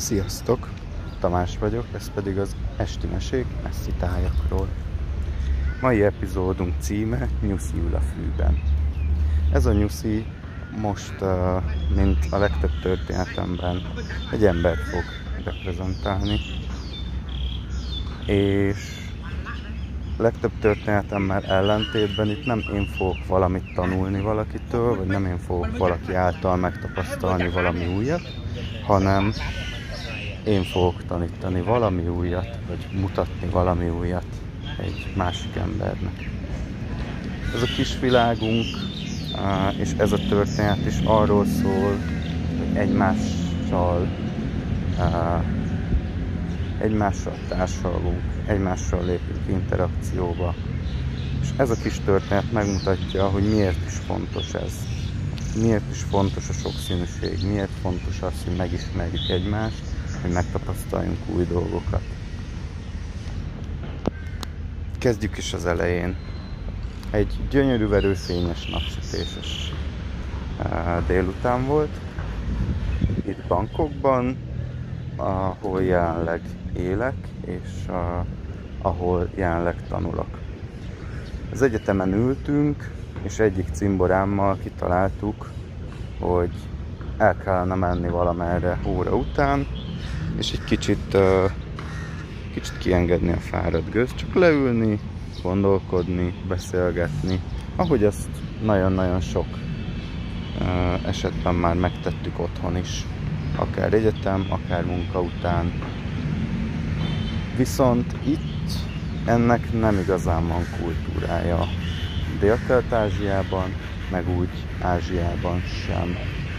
Sziasztok! Tamás vagyok, ez pedig az Esti Mesék messzi tájakról. Mai epizódunk címe Nyuszi ül a fűben. Ez a nyuszi most, mint a legtöbb történetemben, egy embert fog reprezentálni. És legtöbb történetemmel ellentétben itt nem én fogok valamit tanulni valakitől, vagy nem én fogok valaki által megtapasztalni valami újat, hanem én fogok tanítani valami újat, vagy mutatni valami újat egy másik embernek. Ez a kis világunk, és ez a történet is arról szól, hogy egymással társalgunk, egymással lépünk interakcióba. És ez a kis történet megmutatja, hogy miért is fontos ez. Miért is fontos a sokszínűség, miért fontos az, hogy megismerjük egymást, hogy megtapasztaljunk új dolgokat. Kezdjük is az elején. Egy gyönyörű, verőfényes, napsütéses délután volt. Itt Bangkokban, ahol jelenleg élek, és ahol jelenleg tanulok. Az egyetemen ültünk, és egyik cimborámmal kitaláltuk, hogy el kellene menni valamerre óra után, és egy kicsit kiengedni a fáradt gőzt, csak leülni, gondolkodni, beszélgetni, ahogy azt nagyon-nagyon sok esetben már megtettük otthon is, akár egyetem, akár munka után. Viszont itt ennek nem igazán van kultúrája. Dél-Kelet-Ázsiában, meg úgy Ázsiában sem.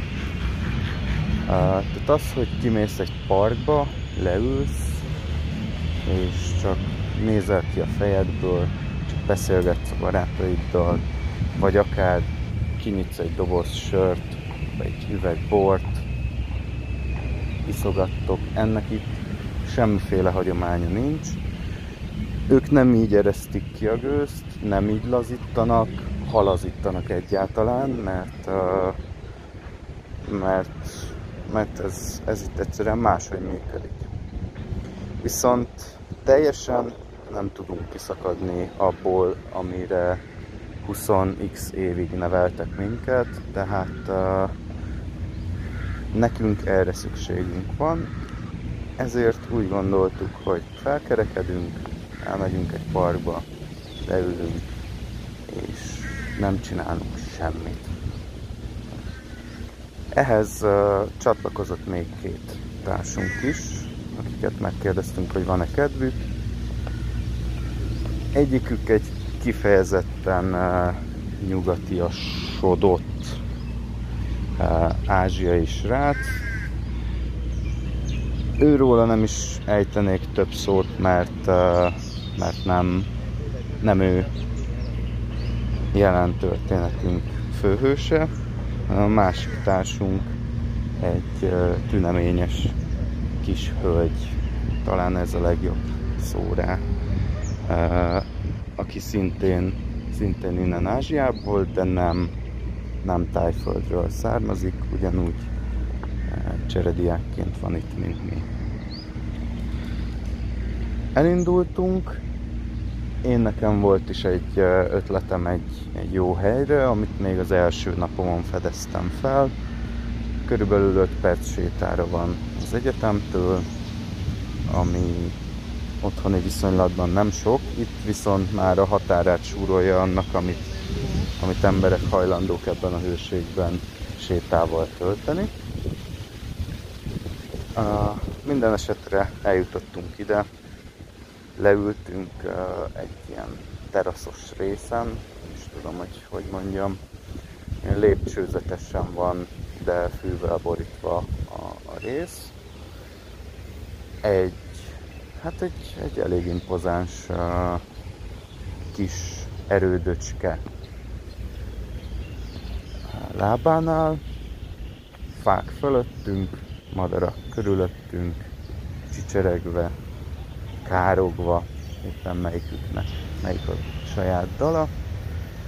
Tehát az, hogy kimész egy parkba, leülsz, és csak nézel ki a fejedből, csak beszélgetsz a barátaiddal, vagy akár kinyitsz egy doboz sört, vagy egy üveg bort, iszogattok, ennek itt semmiféle hagyománya nincs. Ők nem így eresztik ki a gőzt, nem így lazítanak, ha lazítanak egyáltalán, mert ez itt egyszerűen máshogy működik. Viszont teljesen nem tudunk kiszakadni abból, amire 20x évig neveltek minket, tehát nekünk erre szükségünk van, ezért úgy gondoltuk, hogy felkerekedünk, elmegyünk egy parkba, leülünk, és nem csinálunk semmit. Ehhez csatlakozott még két társunk is, akiket megkérdeztünk, hogy van-e kedvük. Egyikük egy kifejezetten nyugatiasodott ázsiai srác. Őróla nem is ejtenék több szót, mert nem ő jelen történetünk főhőse. A másik társunk egy tüneményes kis hölgy, talán ez a legjobb szó rá, aki szintén innen Ázsiából, de nem Tájföldről származik, ugyanúgy cserediákként van itt, mint mi. Elindultunk, nekem volt is egy ötletem egy jó helyre, amit még az első napomon fedeztem fel. Körülbelül 5 perc sétára van az egyetemtől, ami otthoni viszonylatban nem sok, itt viszont már a határát súrolja annak, amit emberek hajlandók ebben a hőségben sétával tölteni. Minden esetre eljutottunk ide, leültünk egy ilyen teraszos részen, és tudom, hogy mondjam, lépcsőzetesen van, de fűvel borítva a rész. Egy elég impozáns kis erődöcske lábánál, fák fölöttünk, madarak körülöttünk, csicseregve, károgva, éppen melyik a saját dala,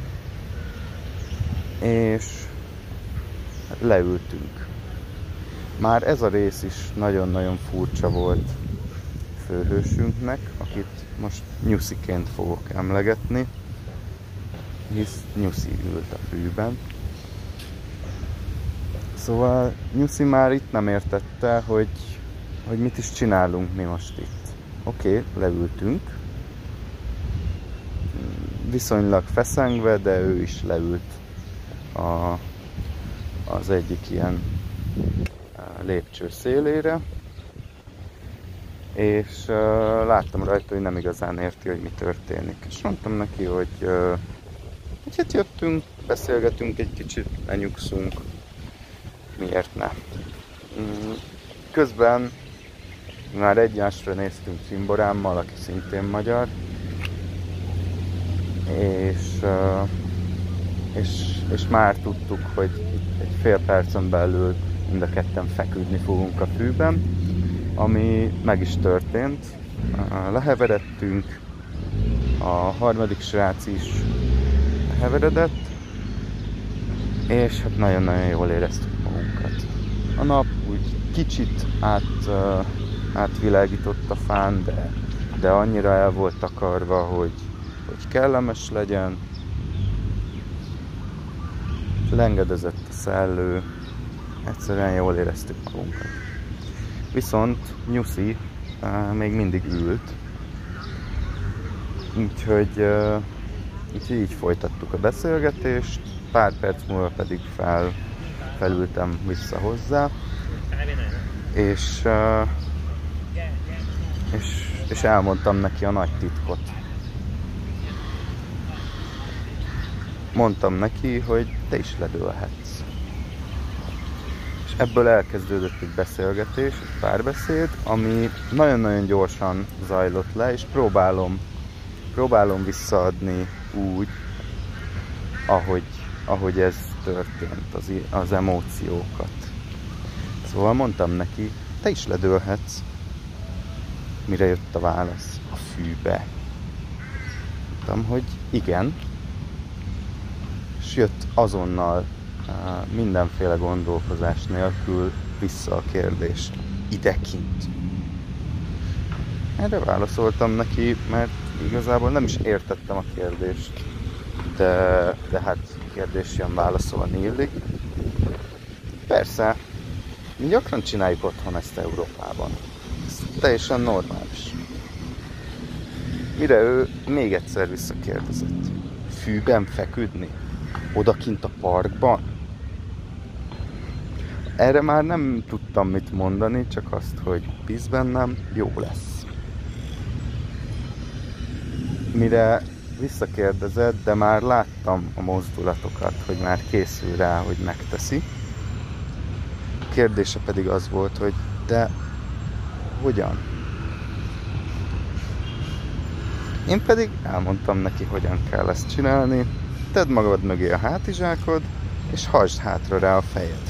és leültünk. Már ez a rész is nagyon-nagyon furcsa volt főhősünknek, akit most Nyusziként fogok emlegetni, hisz Nyuszi ült a fűben. Szóval Nyuszi már itt nem értette, hogy mit is csinálunk mi most itt. Oké, leültünk, viszonylag feszengve, de ő is leült az egyik ilyen lépcső szélére, és láttam rajta, hogy nem igazán érti, hogy mi történik. És mondtam neki, hogy hát jöttünk, beszélgetünk egy kicsit, lenyugszunk, miért ne. Közben már egymásra néztünk Cimborámmal, aki szintén magyar, és már tudtuk, hogy egy fél percen belül mind a ketten feküdni fogunk a fűben, ami meg is történt. Leheveredtünk, a harmadik srác is heveredett, és hát nagyon-nagyon jól éreztük magunkat. A nap úgy kicsit átvilágított a fán, de annyira el volt takarva, hogy kellemes legyen. Lengedezett a szellő, egyszerűen jól éreztük magunkat. Viszont Nyuszi még mindig ült, úgyhogy így folytattuk a beszélgetést, pár perc múlva pedig felültem vissza hozzá, és elmondtam neki a nagy titkot. Mondtam neki, hogy te is ledőlhetsz. És ebből elkezdődött egy beszélgetés, egy párbeszéd, ami nagyon-nagyon gyorsan zajlott le, és próbálom visszaadni úgy, ahogy ez történt, az emóciókat. Szóval mondtam neki, te is ledőlhetsz. Mire jött a válasz? A fűbe. Mondtam, hogy igen. És jött azonnal mindenféle gondolkozás nélkül vissza a kérdés. Idekint. Erre válaszoltam neki, mert igazából nem is értettem a kérdést. De hát kérdés jön, válaszolni illik. Persze, mi gyakran csináljuk otthon ezt Európában. Ez teljesen normális. Mire ő még egyszer visszakérdezett. Fűben feküdni? Odakint a parkban? Erre már nem tudtam mit mondani, csak azt, hogy bíz bennem, jó lesz. Mire visszakérdezett, de már láttam a mozdulatokat, hogy már készül rá, hogy megteszi. A kérdése pedig az volt, hogy de hogyan? Én pedig elmondtam neki, hogyan kell ezt csinálni. Tedd magad mögé a hátizsákod, és hajtsd hátra rá a fejed.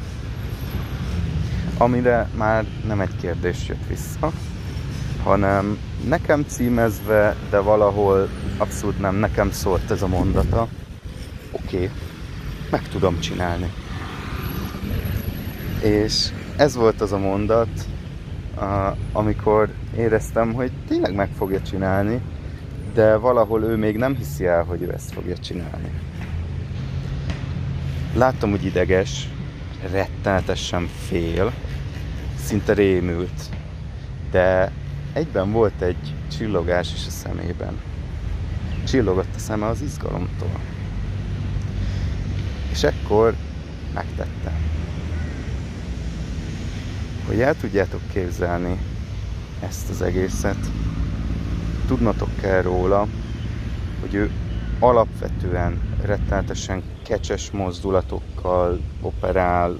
Amire már nem egy kérdés jött vissza, hanem nekem címezve, de valahol abszolút nem nekem szólt ez a mondata. Oké, meg tudom csinálni. És ez volt az a mondat, amikor éreztem, hogy tényleg meg fogja csinálni, de valahol ő még nem hiszi el, hogy ő ezt fogja csinálni. Láttam, hogy ideges, rettenetesen fél, szinte rémült, de egyben volt egy csillogás is a szemében. Csillogott a szeme az izgalomtól. És ekkor megtette. Hogy el tudjátok képzelni ezt az egészet, tudnatok kell róla, hogy ő alapvetően rettenetesen kecses mozdulatokkal operál,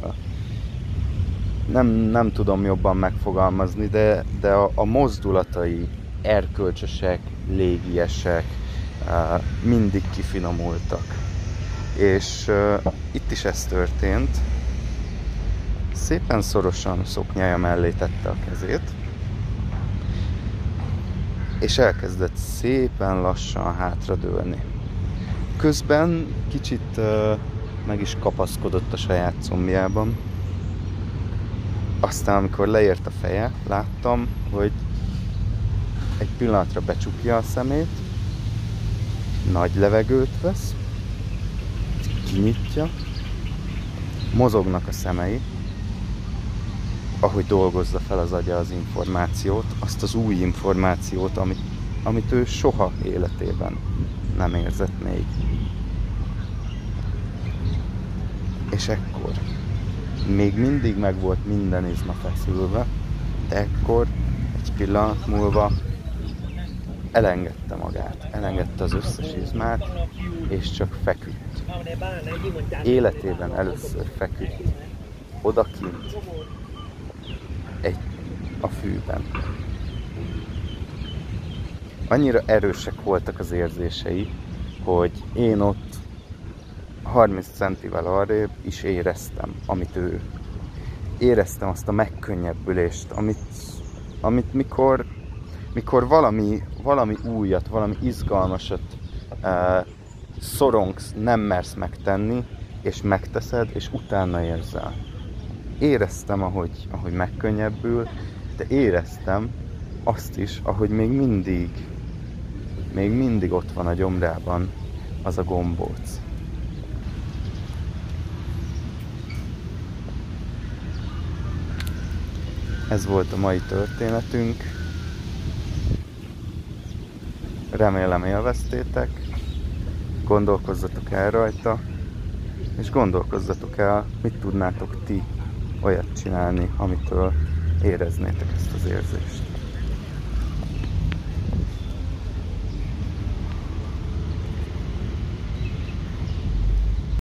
nem tudom jobban megfogalmazni, de a mozdulatai erkölcsösek, légiesek, mindig kifinomultak. És itt is ez történt. Szépen szorosan szoknyája mellé tette a kezét, és elkezdett szépen lassan hátradőlni. Közben kicsit meg is kapaszkodott a saját combjában, Aztán amikor leért a feje, láttam, hogy egy pillanatra becsukja a szemét, nagy levegőt vesz, kinyitja, mozognak a szemei, ahogy dolgozza fel az agya az információt, azt az új információt, amit ő soha életében nem érzett még. És ekkor még mindig meg volt minden izma feszülve, de ekkor egy pillanat múlva elengedte magát, elengedte az összes izmát, és csak feküdt. Életében először feküdt odakint, a fűben. Annyira erősek voltak az érzései, hogy én ott 30 centivel arrébb is éreztem, amit ő. Éreztem azt a megkönnyebbülést, amit mikor valami újat, valami izgalmasat szorongsz, nem mersz megtenni, és megteszed, és utána érzel. Éreztem, ahogy megkönnyebbül, de éreztem azt is, ahogy még mindig ott van a gyomrában az a gombóc. Ez volt a mai történetünk. Remélem élveztétek, gondolkozzatok el rajta, és gondolkozzatok el, mit tudnátok ti olyat csinálni, amitől éreznétek ezt az érzést.